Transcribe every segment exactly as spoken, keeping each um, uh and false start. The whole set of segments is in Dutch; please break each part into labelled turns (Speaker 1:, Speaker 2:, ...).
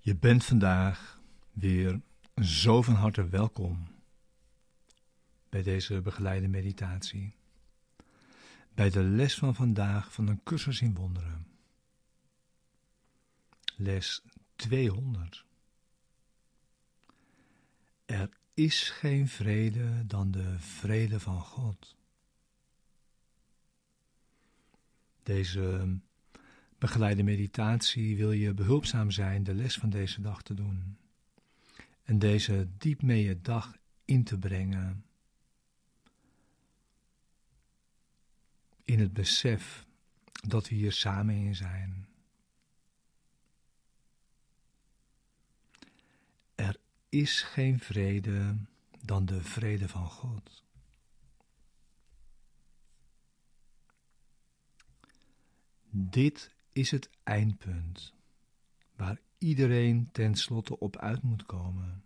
Speaker 1: Je bent vandaag weer zo van harte welkom bij deze begeleide meditatie. Bij de les van vandaag van een cursus in wonderen. Les tweehonderd. Er is geen vrede dan de vrede van God. Deze begeleide meditatie wil je behulpzaam zijn de les van deze dag te doen. En deze diep mee je dag in te brengen. In het besef dat we hier samen in zijn. Er is geen vrede dan de vrede van God. Dit is het eindpunt waar iedereen tenslotte op uit moet komen.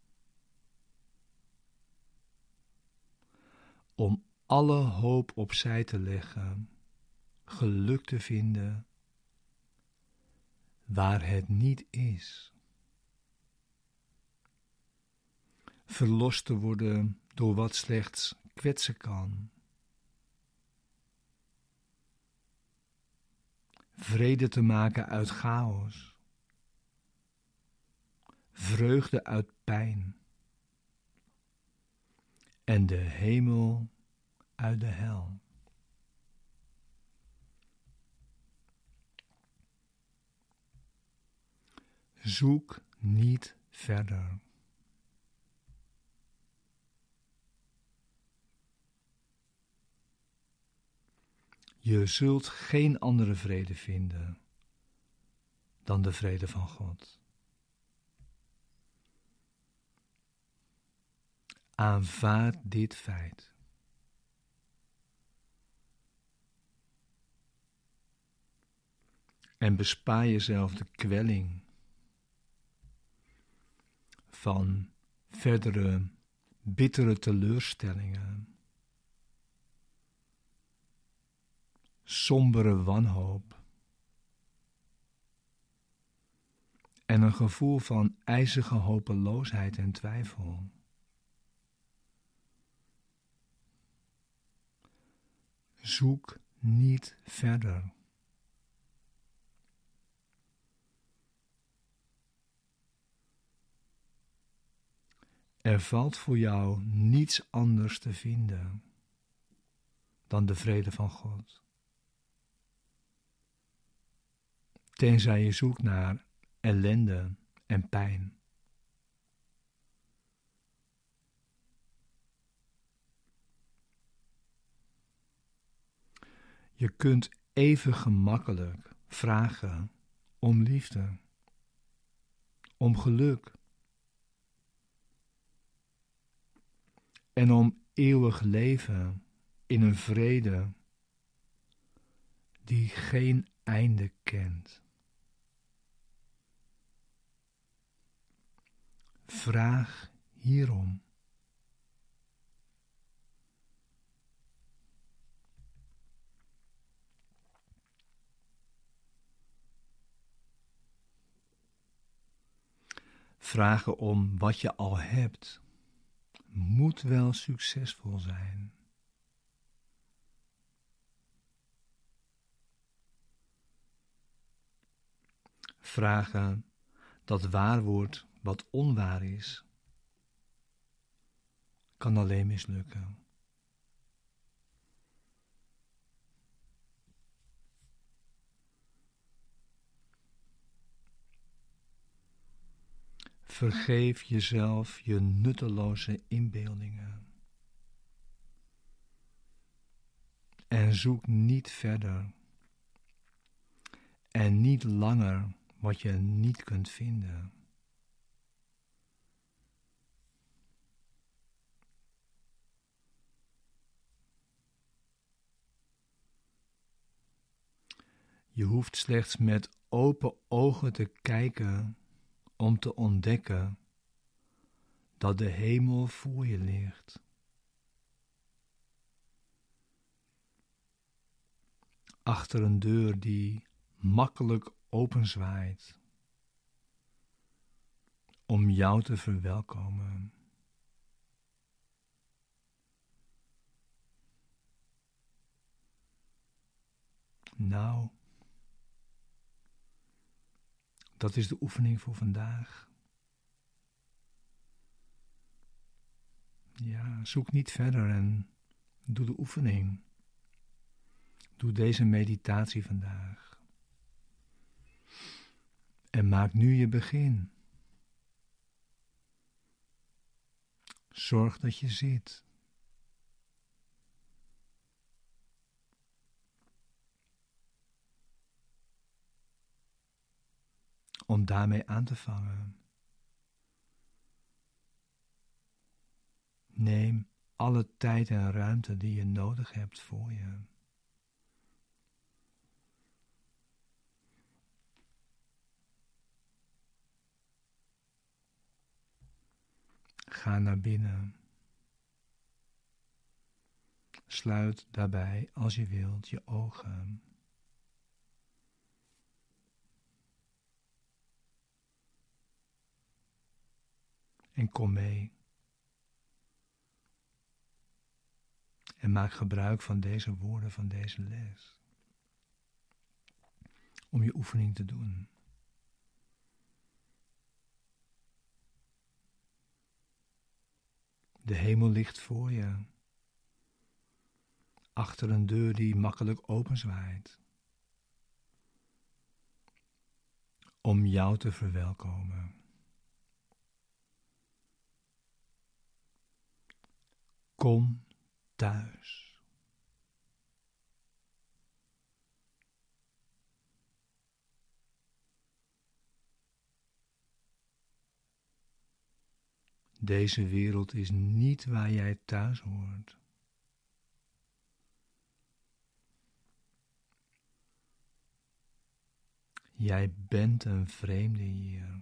Speaker 1: Om alle hoop opzij te leggen, geluk te vinden waar het niet is. Verlost te worden door wat slechts kwetsen kan. Vrede te maken uit chaos. Vreugde uit pijn. En de hemel uit de hel. Zoek niet verder. Je zult geen andere vrede vinden dan de vrede van God. Aanvaard dit feit. En bespaar jezelf de kwelling van verdere bittere teleurstellingen. Sombere wanhoop en een gevoel van ijzige hopeloosheid en twijfel. Zoek niet verder. Er valt voor jou niets anders te vinden dan de vrede van God. Tenzij je zoekt naar ellende en pijn. Je kunt even gemakkelijk vragen om liefde, om geluk en om eeuwig leven in een vrede die geen einde kent. Vraag hierom. Vragen om wat je al hebt moet wel succesvol zijn. Vragen dat waar wordt wat onwaar is, kan alleen mislukken. Vergeef jezelf je nutteloze inbeeldingen. En zoek niet verder. En niet langer wat je niet kunt vinden. Je hoeft slechts met open ogen te kijken om te ontdekken dat de hemel voor je ligt. Achter een deur die makkelijk openzwaait. om jou te verwelkomen. Nou, dat is de oefening voor vandaag. Ja, zoek niet verder en doe de oefening. Doe deze meditatie vandaag. En maak nu je begin. Zorg dat je zit. Om daarmee aan te vangen. Neem alle tijd en ruimte die je nodig hebt voor je. Ga naar binnen. Sluit daarbij, als je wilt, je ogen. En kom mee. En maak gebruik van deze woorden van deze les. Om je oefening te doen. De hemel ligt voor je. Achter een deur die makkelijk openzwaait. Om jou te verwelkomen. Kom thuis. Deze wereld is niet waar jij thuis hoort. Jij bent een vreemde hier.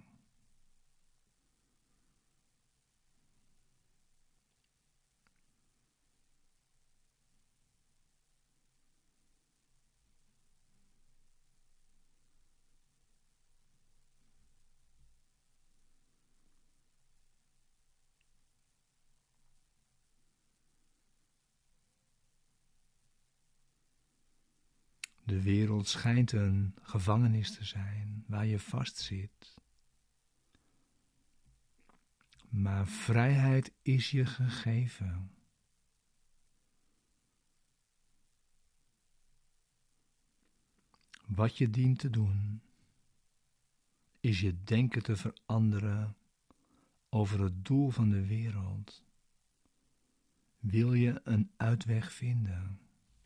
Speaker 1: De wereld schijnt een gevangenis te zijn waar je vastzit. Maar vrijheid is je gegeven. Wat je dient te doen, is je denken te veranderen over het doel van de wereld. Wil je een uitweg vinden?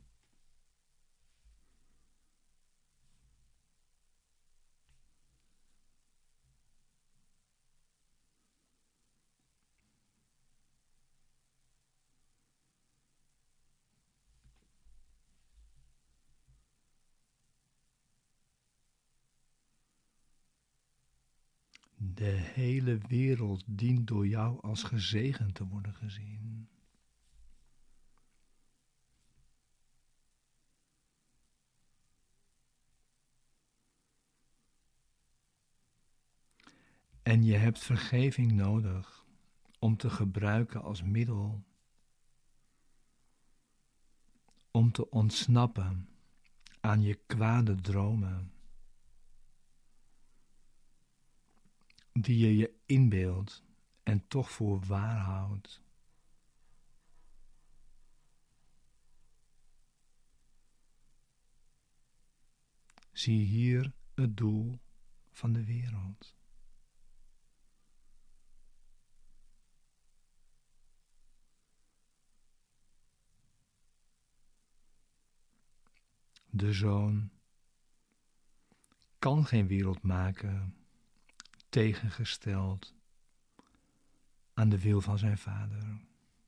Speaker 1: De hele wereld dient door jou als gezegend te worden gezien. En je hebt vergeving nodig om te gebruiken als middel om te ontsnappen aan je kwade dromen, die je je inbeeldt en toch voor waar houdt. Zie hier het doel van de wereld. De zoon kan geen wereld maken tegengesteld aan de wil van zijn vader.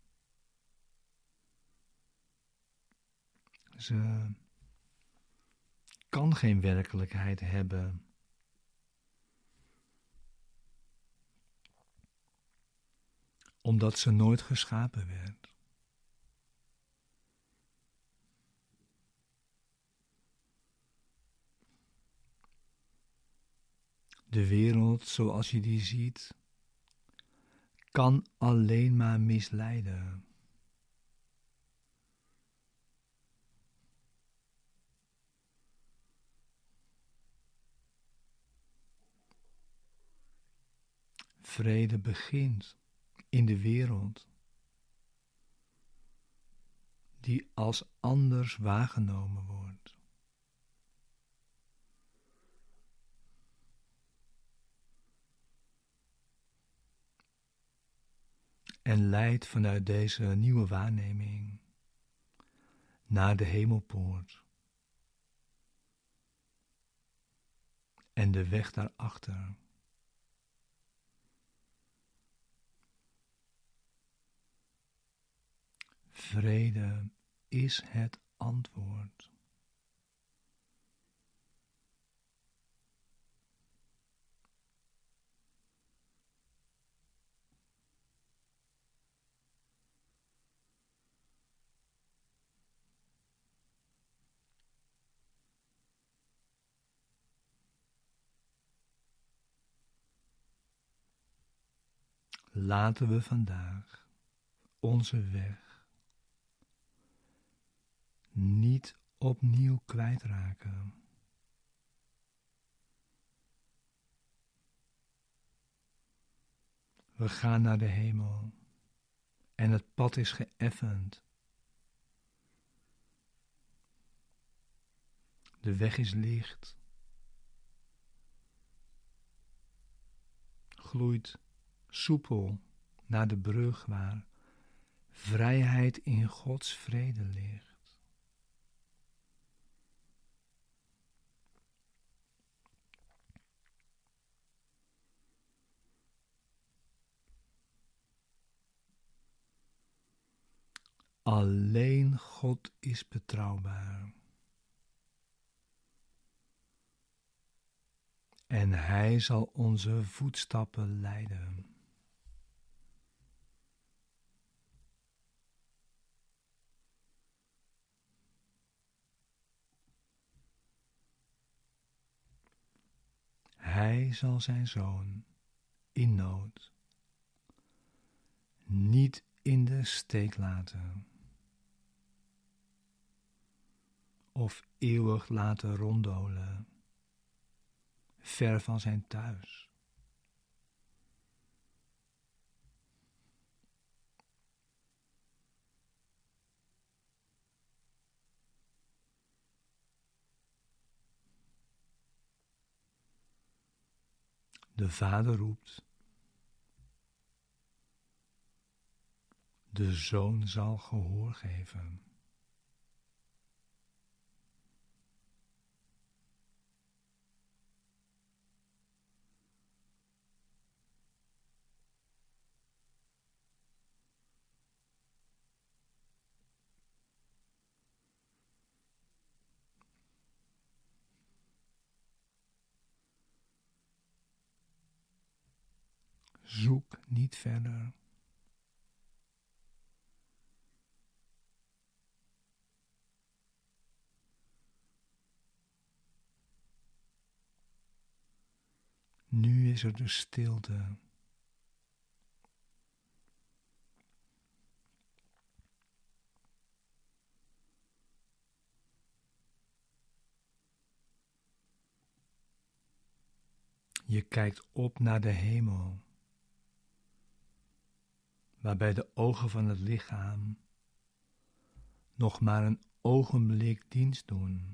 Speaker 1: Ze kan geen werkelijkheid hebben omdat ze nooit geschapen werd. De wereld zoals je die ziet, kan alleen maar misleiden. Vrede begint in de wereld die als anders waargenomen wordt. En leidt vanuit deze nieuwe waarneming naar de hemelpoort en de weg daarachter. Vrede is het antwoord. Laten we vandaag onze weg niet opnieuw kwijtraken. We gaan naar de hemel en het pad is geëffend. De weg is licht, gloeit soepel naar de brug waar vrijheid in Gods vrede ligt. Alleen God is betrouwbaar. En Hij zal onze voetstappen leiden. Hij zal zijn zoon in nood niet in de steek laten of eeuwig laten ronddolen ver van zijn thuis. De Vader roept, de Zoon zal gehoor geven. Zoek niet verder. Nu is er de stilte. Je kijkt op naar de hemel, waarbij de ogen van het lichaam nog maar een ogenblik dienst doen.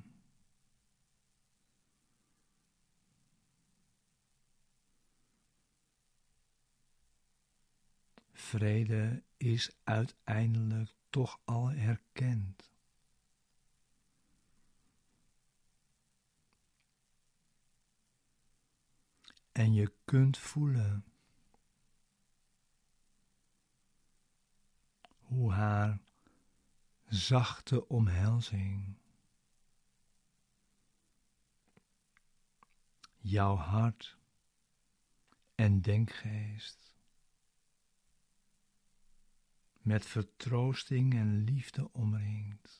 Speaker 1: Vrede is uiteindelijk toch al erkend. En je kunt voelen hoe haar zachte omhelzing jouw hart en denkgeest met vertroosting en liefde omringt.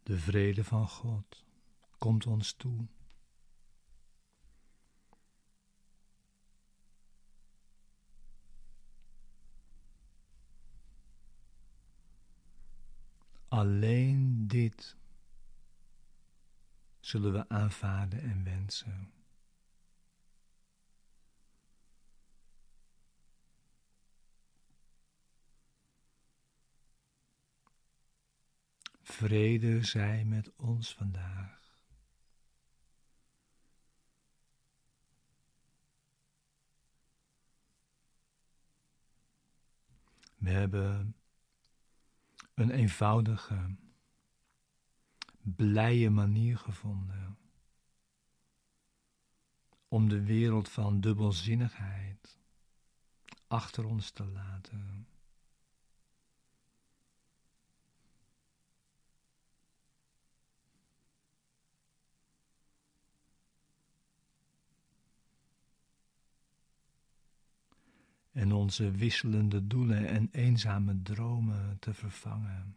Speaker 1: De vrede van God komt ons toe. Alleen dit zullen we aanvaarden en wensen. Vrede zij met ons vandaag. We hebben een eenvoudige, blije manier gevonden om de wereld van dubbelzinnigheid achter ons te laten. En onze wisselende doelen en eenzame dromen te vervangen.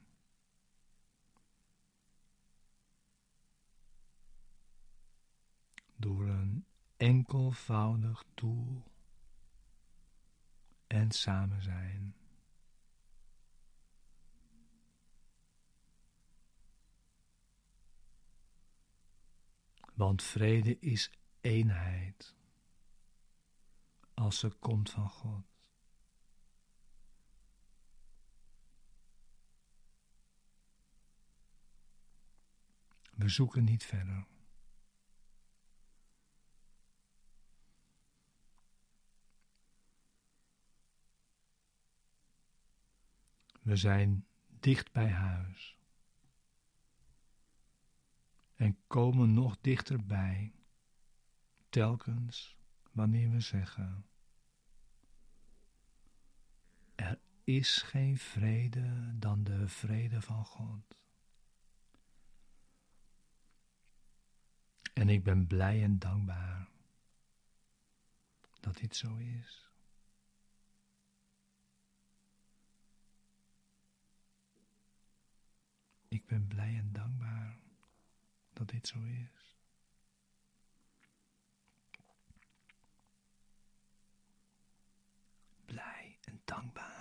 Speaker 1: Door een enkelvoudig doel en samen zijn. Want vrede is eenheid als ze komt van God. We zoeken niet verder. We zijn dicht bij huis en komen nog dichterbij, telkens wanneer we zeggen: er is geen vrede dan de vrede van God. En ik ben blij en dankbaar dat dit zo is. Ik ben blij en dankbaar dat dit zo is. Blij en dankbaar.